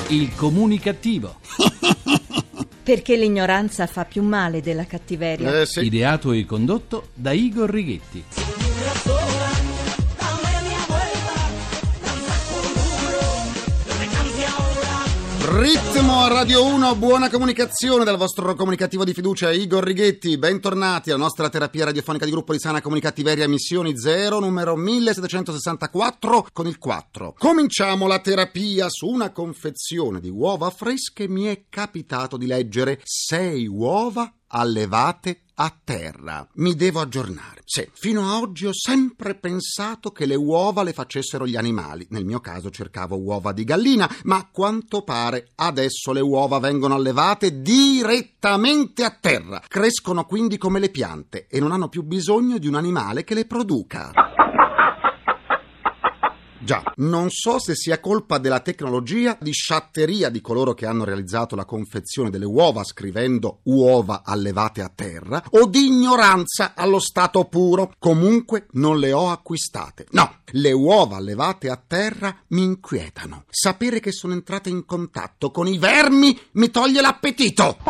Il comunicativo. Perché l'ignoranza fa più male della cattiveria. Sì. Ideato e condotto da Igor Righetti. Ritmo a Radio 1, buona comunicazione dal vostro comunicativo di fiducia Igor Righetti. Bentornati alla nostra terapia radiofonica di gruppo di sana comunicativeria Missioni Zero, numero 1764 con il 4. Cominciamo la terapia su una confezione di uova fresche. Mi è capitato di leggere 6 uova allevate a terra. Mi devo aggiornare. Sì, fino a oggi ho sempre pensato che le uova le facessero gli animali. Nel mio caso cercavo uova di gallina, ma a quanto pare adesso le uova vengono allevate direttamente a terra. Crescono quindi come le piante e non hanno più bisogno di un animale che le produca. Già, non so se sia colpa della tecnologia, di sciatteria di coloro che hanno realizzato la confezione delle uova scrivendo uova allevate a terra, o di ignoranza allo stato puro. Comunque non le ho acquistate. No, le uova allevate a terra mi inquietano. Sapere che sono entrate in contatto con i vermi mi toglie l'appetito.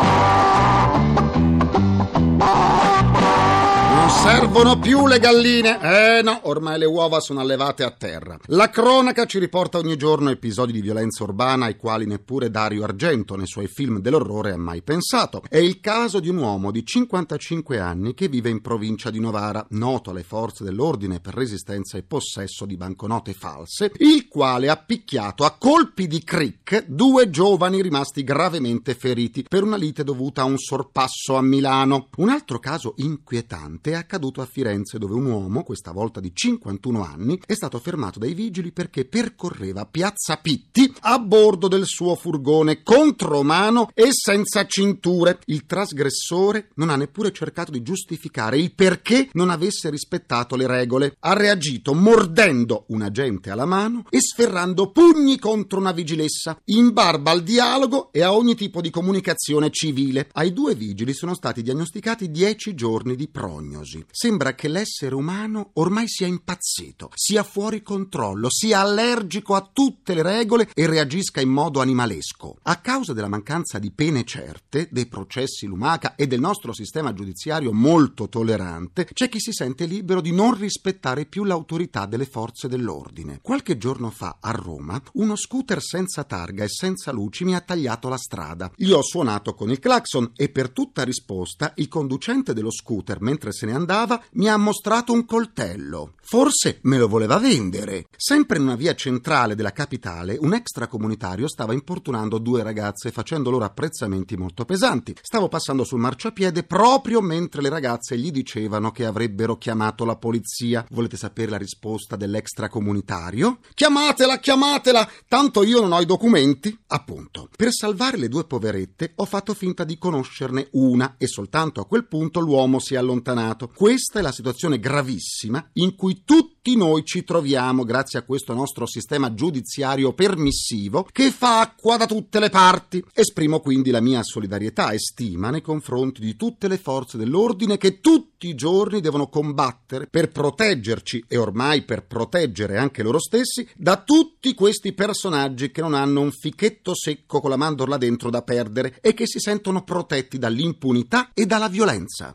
Non servono più le galline. No, ormai le uova sono allevate a terra. La cronaca ci riporta ogni giorno episodi di violenza urbana ai quali neppure Dario Argento nei suoi film dell'orrore ha mai pensato. È il caso di un uomo di 55 anni che vive in provincia di Novara, noto alle forze dell'ordine per resistenza e possesso di banconote false, il quale ha picchiato a colpi di crick 2 giovani rimasti gravemente feriti per una lite dovuta a un sorpasso a Milano. Un altro caso inquietante è accaduto a Firenze, dove un uomo, questa volta di 51 anni, è stato fermato dai vigili perché percorreva Piazza Pitti a bordo del suo furgone contromano e senza cinture. Il trasgressore non ha neppure cercato di giustificare il perché non avesse rispettato le regole. Ha reagito mordendo un agente alla mano e sferrando pugni contro una vigilessa, in barba al dialogo e a ogni tipo di comunicazione civile. Ai 2 vigili sono stati diagnosticati 10 giorni di prognosi. Sembra che l'essere umano ormai sia impazzito, sia fuori controllo, sia allergico a tutte le regole e reagisca in modo animalesco. A causa della mancanza di pene certe, dei processi lumaca e del nostro sistema giudiziario molto tollerante, c'è chi si sente libero di non rispettare più l'autorità delle forze dell'ordine. Qualche giorno fa a Roma uno scooter senza targa e senza luci mi ha tagliato la strada. Gli ho suonato con il clacson e per tutta risposta il conducente dello scooter, mentre se ne andava, mi ha mostrato un coltello. Forse me lo voleva vendere. Sempre in una via centrale della capitale, un extracomunitario stava importunando 2 ragazze facendo loro apprezzamenti molto pesanti. Stavo passando sul marciapiede proprio mentre le ragazze gli dicevano che avrebbero chiamato la polizia. Volete sapere la risposta dell'extracomunitario? Chiamatela! Tanto io non ho i documenti. Appunto. Per salvare le 2 poverette ho fatto finta di conoscerne una e soltanto a quel punto l'uomo si è allontanato. Questa è la situazione gravissima in cui tutti noi ci troviamo grazie a questo nostro sistema giudiziario permissivo che fa acqua da tutte le parti. Esprimo quindi la mia solidarietà e stima nei confronti di tutte le forze dell'ordine che tutti i giorni devono combattere per proteggerci e ormai per proteggere anche loro stessi da tutti questi personaggi che non hanno un fichetto secco con la mandorla dentro da perdere e che si sentono protetti dall'impunità e dalla violenza.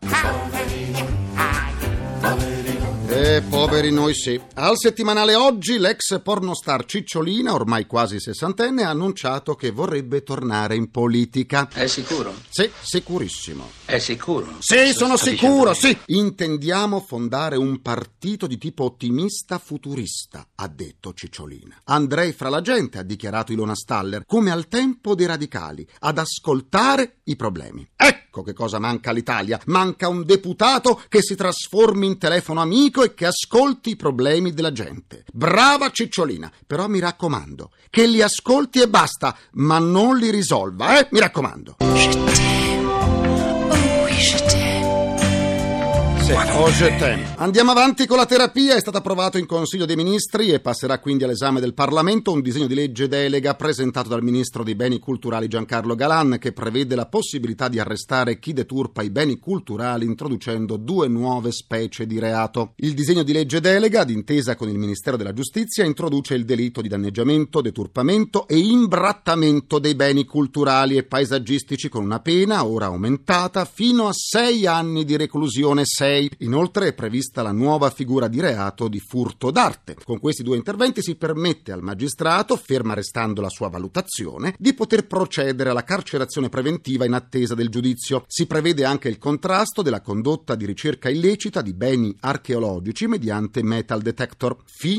Poveri noi sì. Al settimanale Oggi l'ex pornostar Cicciolina, ormai quasi 60enne, ha annunciato che vorrebbe tornare in politica. È sicuro? Sì, sicurissimo. È sicuro? Sì, sono sicuro, sì. Intendiamo fondare un partito di tipo ottimista futurista, ha detto Cicciolina. Andrei fra la gente, ha dichiarato Ilona Staller, come al tempo dei radicali, ad ascoltare i problemi. Ecco che cosa manca all'Italia. Manca un deputato che si trasformi in telefono amico e che ascolti i problemi della gente. Brava Cicciolina, però mi raccomando, che li ascolti e basta, ma non li risolva, mi raccomando. Andiamo avanti con la terapia. È stato approvato in Consiglio dei Ministri e passerà quindi all'esame del Parlamento un disegno di legge delega presentato dal Ministro dei Beni Culturali Giancarlo Galan, che prevede la possibilità di arrestare chi deturpa i beni culturali introducendo 2 nuove specie di reato. Il disegno di legge delega, d'intesa con il Ministero della Giustizia, introduce il delitto di danneggiamento, deturpamento e imbrattamento dei beni culturali e paesaggistici con una pena ora aumentata fino a 6 anni di reclusione. Inoltre è prevista la nuova figura di reato di furto d'arte. Con questi 2 interventi si permette al magistrato, ferma restando la sua valutazione, di poter procedere alla carcerazione preventiva in attesa del giudizio. Si prevede anche il contrasto della condotta di ricerca illecita di beni archeologici mediante metal detector.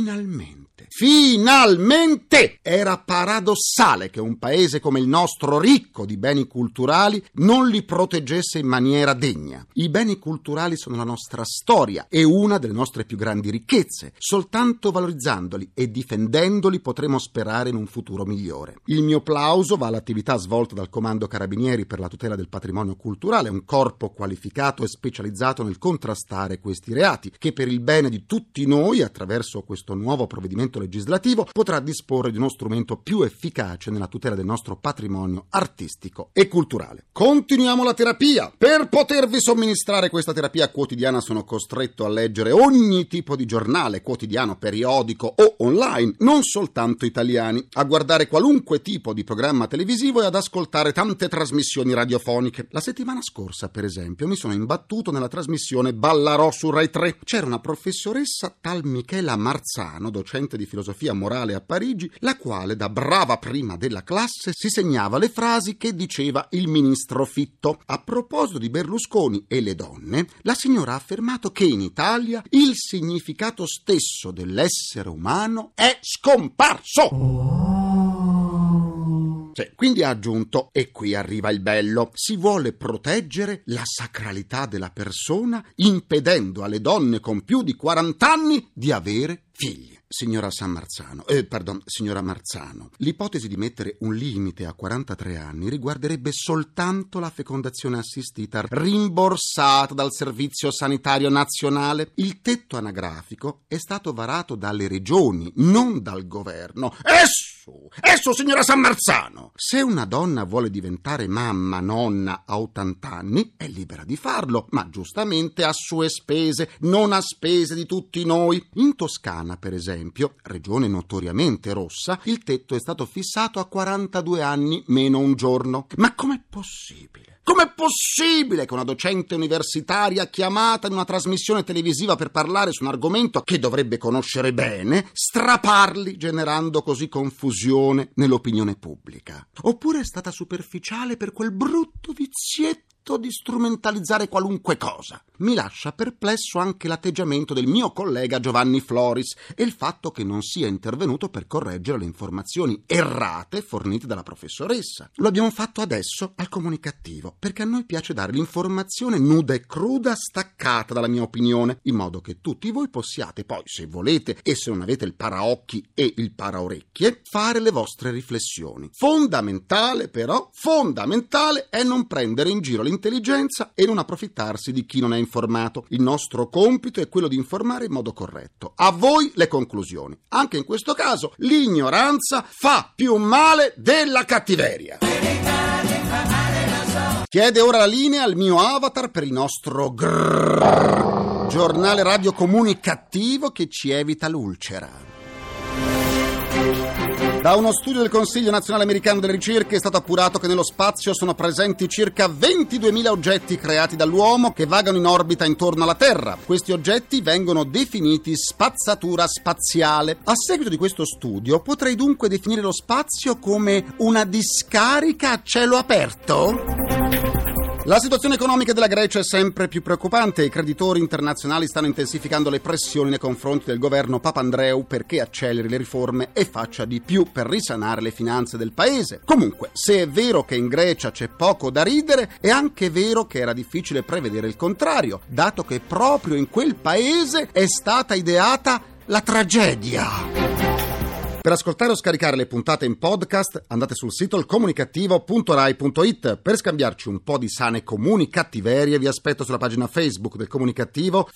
Finalmente! Era paradossale che un paese come il nostro, ricco di beni culturali, non li proteggesse in maniera degna. I beni culturali sono la nostra storia e una delle nostre più grandi ricchezze. Soltanto valorizzandoli e difendendoli potremo sperare in un futuro migliore. Il mio plauso va all'attività svolta dal Comando Carabinieri per la tutela del patrimonio culturale, un corpo qualificato e specializzato nel contrastare questi reati, che per il bene di tutti noi, attraverso questo nuovo provvedimento legislativo, potrà disporre di uno strumento più efficace nella tutela del nostro patrimonio artistico e culturale. Continuiamo la terapia. Per potervi somministrare questa terapia quotidiana sono costretto a leggere ogni tipo di giornale, quotidiano, periodico o online, non soltanto italiani, a guardare qualunque tipo di programma televisivo e ad ascoltare tante trasmissioni radiofoniche. La settimana scorsa, per esempio, mi sono imbattuto nella trasmissione Ballarò su Rai 3. C'era una professoressa tal Michela Marzano, docente di filosofia morale a Parigi, la quale da brava prima della classe si segnava le frasi che diceva il ministro Fitto. A proposito di Berlusconi e le donne, la signora ha affermato che in Italia il significato stesso dell'essere umano è scomparso. Quindi ha aggiunto, e qui arriva il bello, si vuole proteggere la sacralità della persona impedendo alle donne con più di 40 anni di avere figli. Signora Marzano, l'ipotesi di mettere un limite a 43 anni riguarderebbe soltanto la fecondazione assistita rimborsata dal Servizio Sanitario Nazionale. Il tetto anagrafico è stato varato dalle regioni, non dal governo. Esso, signora San Marzano! Se una donna vuole diventare mamma, nonna a 80 anni, è libera di farlo, ma giustamente a sue spese, non a spese di tutti noi. In Toscana, per esempio, regione notoriamente rossa, il tetto è stato fissato a 42 anni meno un giorno. Ma com'è possibile? Com'è possibile che una docente universitaria chiamata in una trasmissione televisiva per parlare su un argomento che dovrebbe conoscere bene straparli, generando così confusione nell'opinione pubblica? Oppure è stata superficiale per quel brutto vizietto di strumentalizzare qualunque cosa? Mi lascia perplesso anche l'atteggiamento del mio collega Giovanni Floris e il fatto che non sia intervenuto per correggere le informazioni errate fornite dalla professoressa. Lo abbiamo fatto adesso al comunicativo, perché a noi piace dare l'informazione nuda e cruda, staccata dalla mia opinione, in modo che tutti voi possiate poi, se volete e se non avete il paraocchi e il paraorecchie, fare le vostre riflessioni. Fondamentale è non prendere in giro l'intelligenza e non approfittarsi di chi non è informato. Il nostro compito è quello di informare in modo corretto. A voi le conclusioni. Anche in questo caso l'ignoranza fa più male della cattiveria. Chiede ora la linea al mio avatar per il nostro giornale radio comunicativo che ci evita l'ulcera. Da uno studio del Consiglio Nazionale Americano delle Ricerche è stato appurato che nello spazio sono presenti circa 22.000 oggetti creati dall'uomo che vagano in orbita intorno alla Terra. Questi oggetti vengono definiti spazzatura spaziale. A seguito di questo studio potrei dunque definire lo spazio come una discarica a cielo aperto? La situazione economica della Grecia è sempre più preoccupante e i creditori internazionali stanno intensificando le pressioni nei confronti del governo Papandreou perché acceleri le riforme e faccia di più per risanare le finanze del paese. Comunque, se è vero che in Grecia c'è poco da ridere, è anche vero che era difficile prevedere il contrario, dato che proprio in quel paese è stata ideata la tragedia. Per ascoltare o scaricare le puntate in podcast andate sul sito ilcomunicativo.rai.it. Per scambiarci un po' di sane comunicattiverie vi aspetto sulla pagina Facebook del Comunicativo,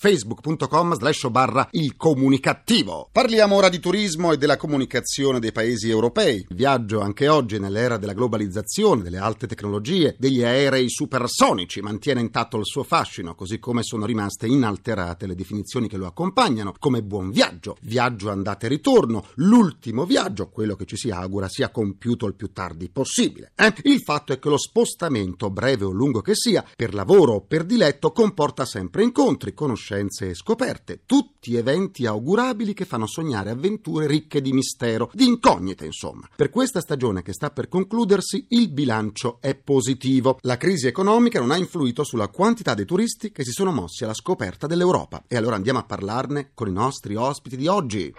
facebook.com/ilcomunicativo. Parliamo ora di turismo e della comunicazione dei paesi europei. Il viaggio anche oggi nell'era della globalizzazione, delle alte tecnologie, degli aerei supersonici mantiene intatto il suo fascino, così come sono rimaste inalterate le definizioni che lo accompagnano, come buon viaggio, viaggio andata e ritorno, l'ultimo viaggio, quello che ci si augura sia compiuto il più tardi possibile. Il fatto è che lo spostamento, breve o lungo che sia, per lavoro o per diletto, comporta sempre incontri, conoscenze e scoperte, tutti eventi augurabili che fanno sognare avventure ricche di mistero, di incognite insomma. Per questa stagione che sta per concludersi il bilancio è positivo. La crisi economica non ha influito sulla quantità dei turisti che si sono mossi alla scoperta dell'Europa. E allora andiamo a parlarne con i nostri ospiti di oggi.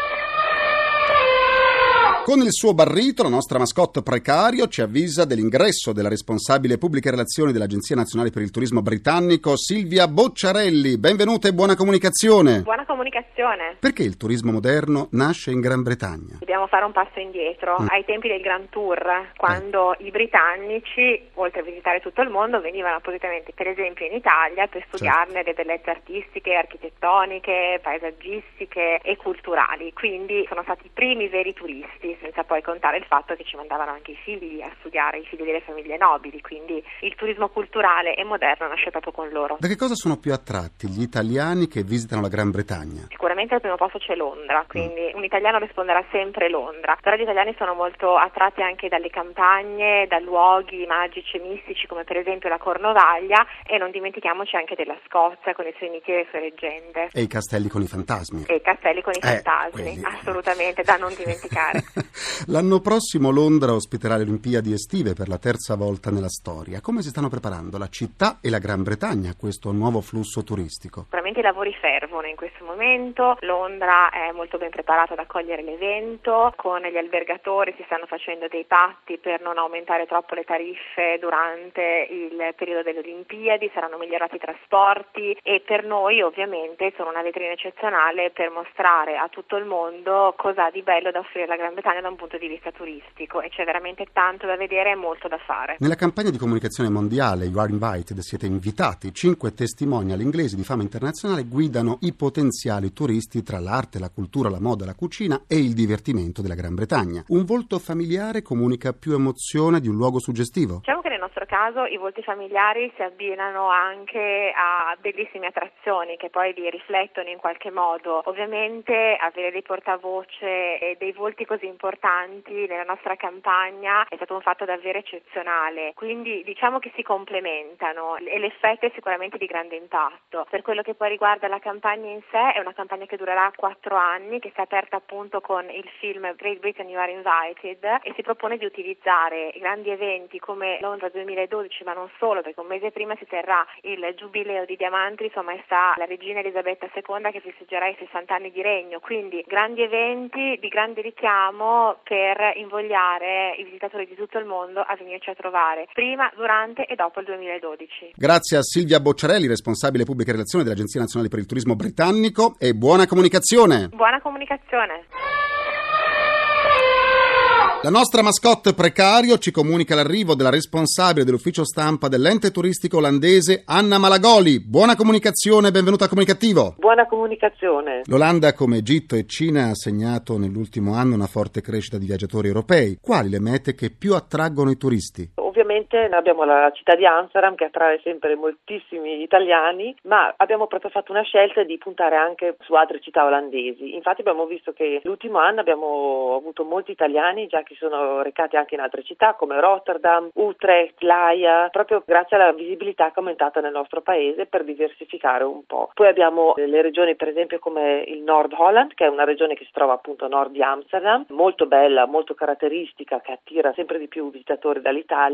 Con il suo barrito, la nostra mascotte Precario ci avvisa dell'ingresso della responsabile pubbliche relazioni dell'Agenzia Nazionale per il Turismo Britannico, Silvia Bocciarelli. Benvenuta e buona comunicazione. Buona comunicazione. Perché il turismo moderno nasce in Gran Bretagna? Dobbiamo fare un passo indietro. Ai tempi del Grand Tour, quando i britannici, oltre a visitare tutto il mondo, venivano appositamente, per esempio, in Italia per studiarne le bellezze artistiche, architettoniche, paesaggistiche e culturali. Quindi sono stati i primi veri turisti, senza poi contare il fatto che ci mandavano anche i figli a studiare, i figli delle famiglie nobili, quindi il turismo culturale e moderno nasce proprio con loro. Da che cosa sono più attratti gli italiani che visitano la Gran Bretagna? Sicuramente al primo posto c'è Londra, quindi un italiano risponderà sempre Londra, però gli italiani sono molto attratti anche dalle campagne, da luoghi magici e mistici come per esempio la Cornovaglia, e non dimentichiamoci anche della Scozia con i suoi miti e le sue leggende. E i castelli con i fantasmi. E i castelli con i fantasmi, quelli... assolutamente, da non dimenticare. L'anno prossimo Londra ospiterà le Olimpiadi estive per la terza volta nella storia. Come si stanno preparando la città e la Gran Bretagna a questo nuovo flusso turistico? Sicuramente i lavori fervono in questo momento. Londra è molto ben preparata ad accogliere l'evento. Con gli albergatori si stanno facendo dei patti per non aumentare troppo le tariffe durante il periodo delle Olimpiadi. Saranno migliorati i trasporti e per noi ovviamente sono una vetrina eccezionale per mostrare a tutto il mondo cosa ha di bello da offrire la Gran Bretagna da un punto di vista turistico, e c'è veramente tanto da vedere e molto da fare. Nella campagna di comunicazione mondiale You Are Invited siete invitati. 5 testimonial inglesi di fama internazionale guidano i potenziali turisti tra l'arte, la cultura, la moda, la cucina e il divertimento della Gran Bretagna. Un volto familiare comunica più emozione di un luogo suggestivo? Diciamo che nel nostro caso i volti familiari si abbinano anche a bellissime attrazioni che poi li riflettono in qualche modo. Ovviamente avere dei portavoce e dei volti così importanti nella nostra campagna è stato un fatto davvero eccezionale, quindi diciamo che si complementano e l'effetto è sicuramente di grande impatto. Per quello che poi riguarda la campagna in sé, è una campagna che durerà 4 anni, che si è aperta appunto con il film Great Britain You Are Invited, e si propone di utilizzare grandi eventi come Londra 2012, ma non solo, perché un mese prima si terrà il giubileo di diamanti di Sua Maestà la Regina Elisabetta II, che festeggerà i 60 anni di regno, quindi grandi eventi di grande richiamo per invogliare i visitatori di tutto il mondo a venirci a trovare prima, durante e dopo il 2012. Grazie a Silvia Bocciarelli, responsabile pubbliche relazioni dell'Agenzia Nazionale per il Turismo Britannico, e buona comunicazione. Buona comunicazione. La nostra mascotte Precario ci comunica l'arrivo della responsabile dell'ufficio stampa dell'ente turistico olandese, Anna Malagoli. Buona comunicazione, benvenuta al Comunicativo. Buona comunicazione. L'Olanda, come Egitto e Cina, ha segnato nell'ultimo anno una forte crescita di viaggiatori europei. Quali le mete che più attraggono i turisti? Ovviamente abbiamo la città di Amsterdam che attrae sempre moltissimi italiani, ma abbiamo proprio fatto una scelta di puntare anche su altre città olandesi. Infatti abbiamo visto che l'ultimo anno abbiamo avuto molti italiani già che sono recati anche in altre città come Rotterdam, Utrecht, L'Aia, proprio grazie alla visibilità che è aumentata nel nostro paese per diversificare un po'. Poi abbiamo le regioni per esempio come il Nord Holland, che è una regione che si trova appunto a nord di Amsterdam, molto bella, molto caratteristica, che attira sempre di più visitatori dall'Italia, e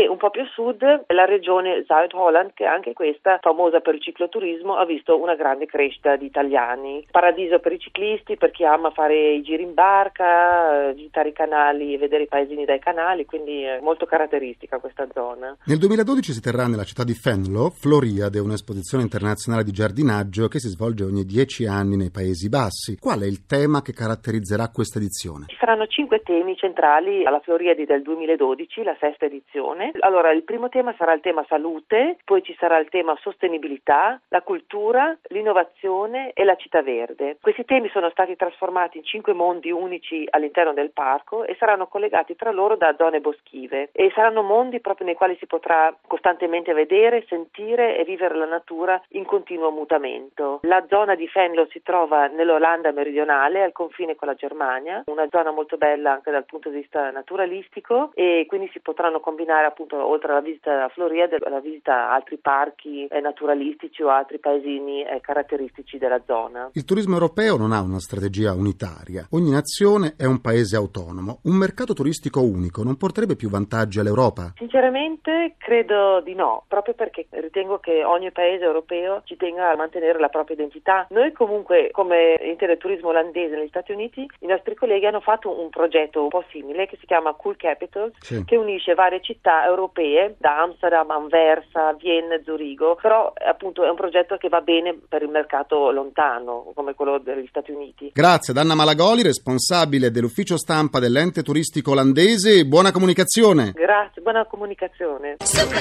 e un po' più a sud la regione Zuid-Holland, che anche questa, famosa per il cicloturismo, ha visto una grande crescita di italiani. Paradiso per i ciclisti, per chi ama fare i giri in barca, visitare i canali e vedere i paesini dai canali, quindi è molto caratteristica questa zona. Nel 2012 si terrà nella città di Venlo, Floriade, un'esposizione internazionale di giardinaggio che si svolge ogni 10 anni nei Paesi Bassi. Qual è il tema che caratterizzerà questa edizione? Ci saranno 5 temi centrali alla Floriade del 2012, la 6ª edizione. Allora, il primo tema sarà il tema salute, poi ci sarà il tema sostenibilità, la cultura, l'innovazione e la città verde. Questi temi sono stati trasformati in 5 mondi unici all'interno del parco e saranno collegati tra loro da zone boschive, e saranno mondi proprio nei quali si potrà costantemente vedere, sentire e vivere la natura in continuo mutamento. La zona di Venlo si trova nell'Olanda meridionale, al confine con la Germania, una zona molto bella anche dal punto di vista naturalistico, e quindi si potranno combinare, appunto, oltre alla visita a Floriade, la visita a altri parchi naturalistici o altri paesini caratteristici della zona. Il turismo europeo non ha una strategia unitaria. Ogni nazione è un paese autonomo. Un mercato turistico unico non porterebbe più vantaggi all'Europa? Sinceramente credo di no, proprio perché ritengo che ogni paese europeo ci tenga a mantenere la propria identità. Noi comunque, come Interturismo olandese negli Stati Uniti, i nostri colleghi hanno fatto un progetto un po' simile che si chiama Cool Capitals, sì, che unisce varie città europee, da Amsterdam, Anversa, Vienna, Zurigo, però appunto è un progetto che va bene per il mercato lontano come quello degli Stati Uniti. Grazie ad Anna Malagoli, responsabile dell'ufficio stampa dell'ente turistico olandese. Buona comunicazione. Grazie, buona comunicazione.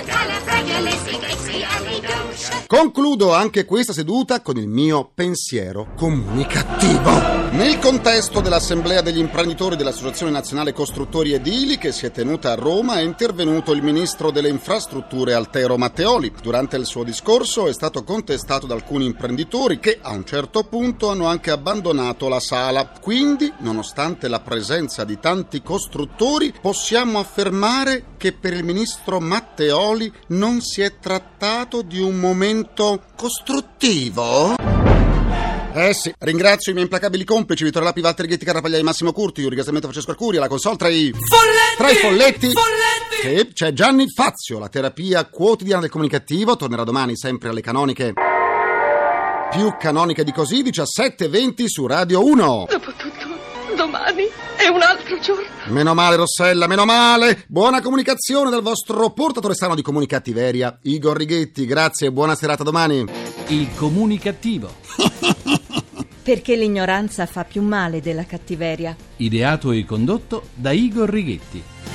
Concludo anche questa seduta con il mio pensiero comunicativo. Nel contesto dell'Assemblea degli imprenditori dell'Associazione Nazionale Costruttori Edili, che si è tenuta a Roma, è intervenuto il ministro delle infrastrutture Altero Matteoli. Durante il suo discorso è stato contestato da alcuni imprenditori che a un certo punto hanno anche abbandonato la sala. Quindi, nonostante la presenza di tanti costruttori, possiamo affermare che per il ministro Matteoli non si è trattato di un momento costruttivo? Sì, ringrazio i miei implacabili complici Vittorio Lapi, Walter Ghetti, Carrapagliai, Massimo Curti, Iuri Casamento, Francesco Arcuri, alla console tra i folletti. Sì, c'è Gianni Fazio, la terapia quotidiana del comunicativo, tornerà domani sempre alle canoniche, più canoniche di così, 17:20 su Radio 1. Dopotutto, domani è un altro giorno. Meno male, Rossella, meno male. Buona comunicazione dal vostro portatore sano di comunicattiveria, Igor Righetti. Grazie e buona serata, domani. Il comunicativo. Perché l'ignoranza fa più male della cattiveria. Ideato e condotto da Igor Righetti.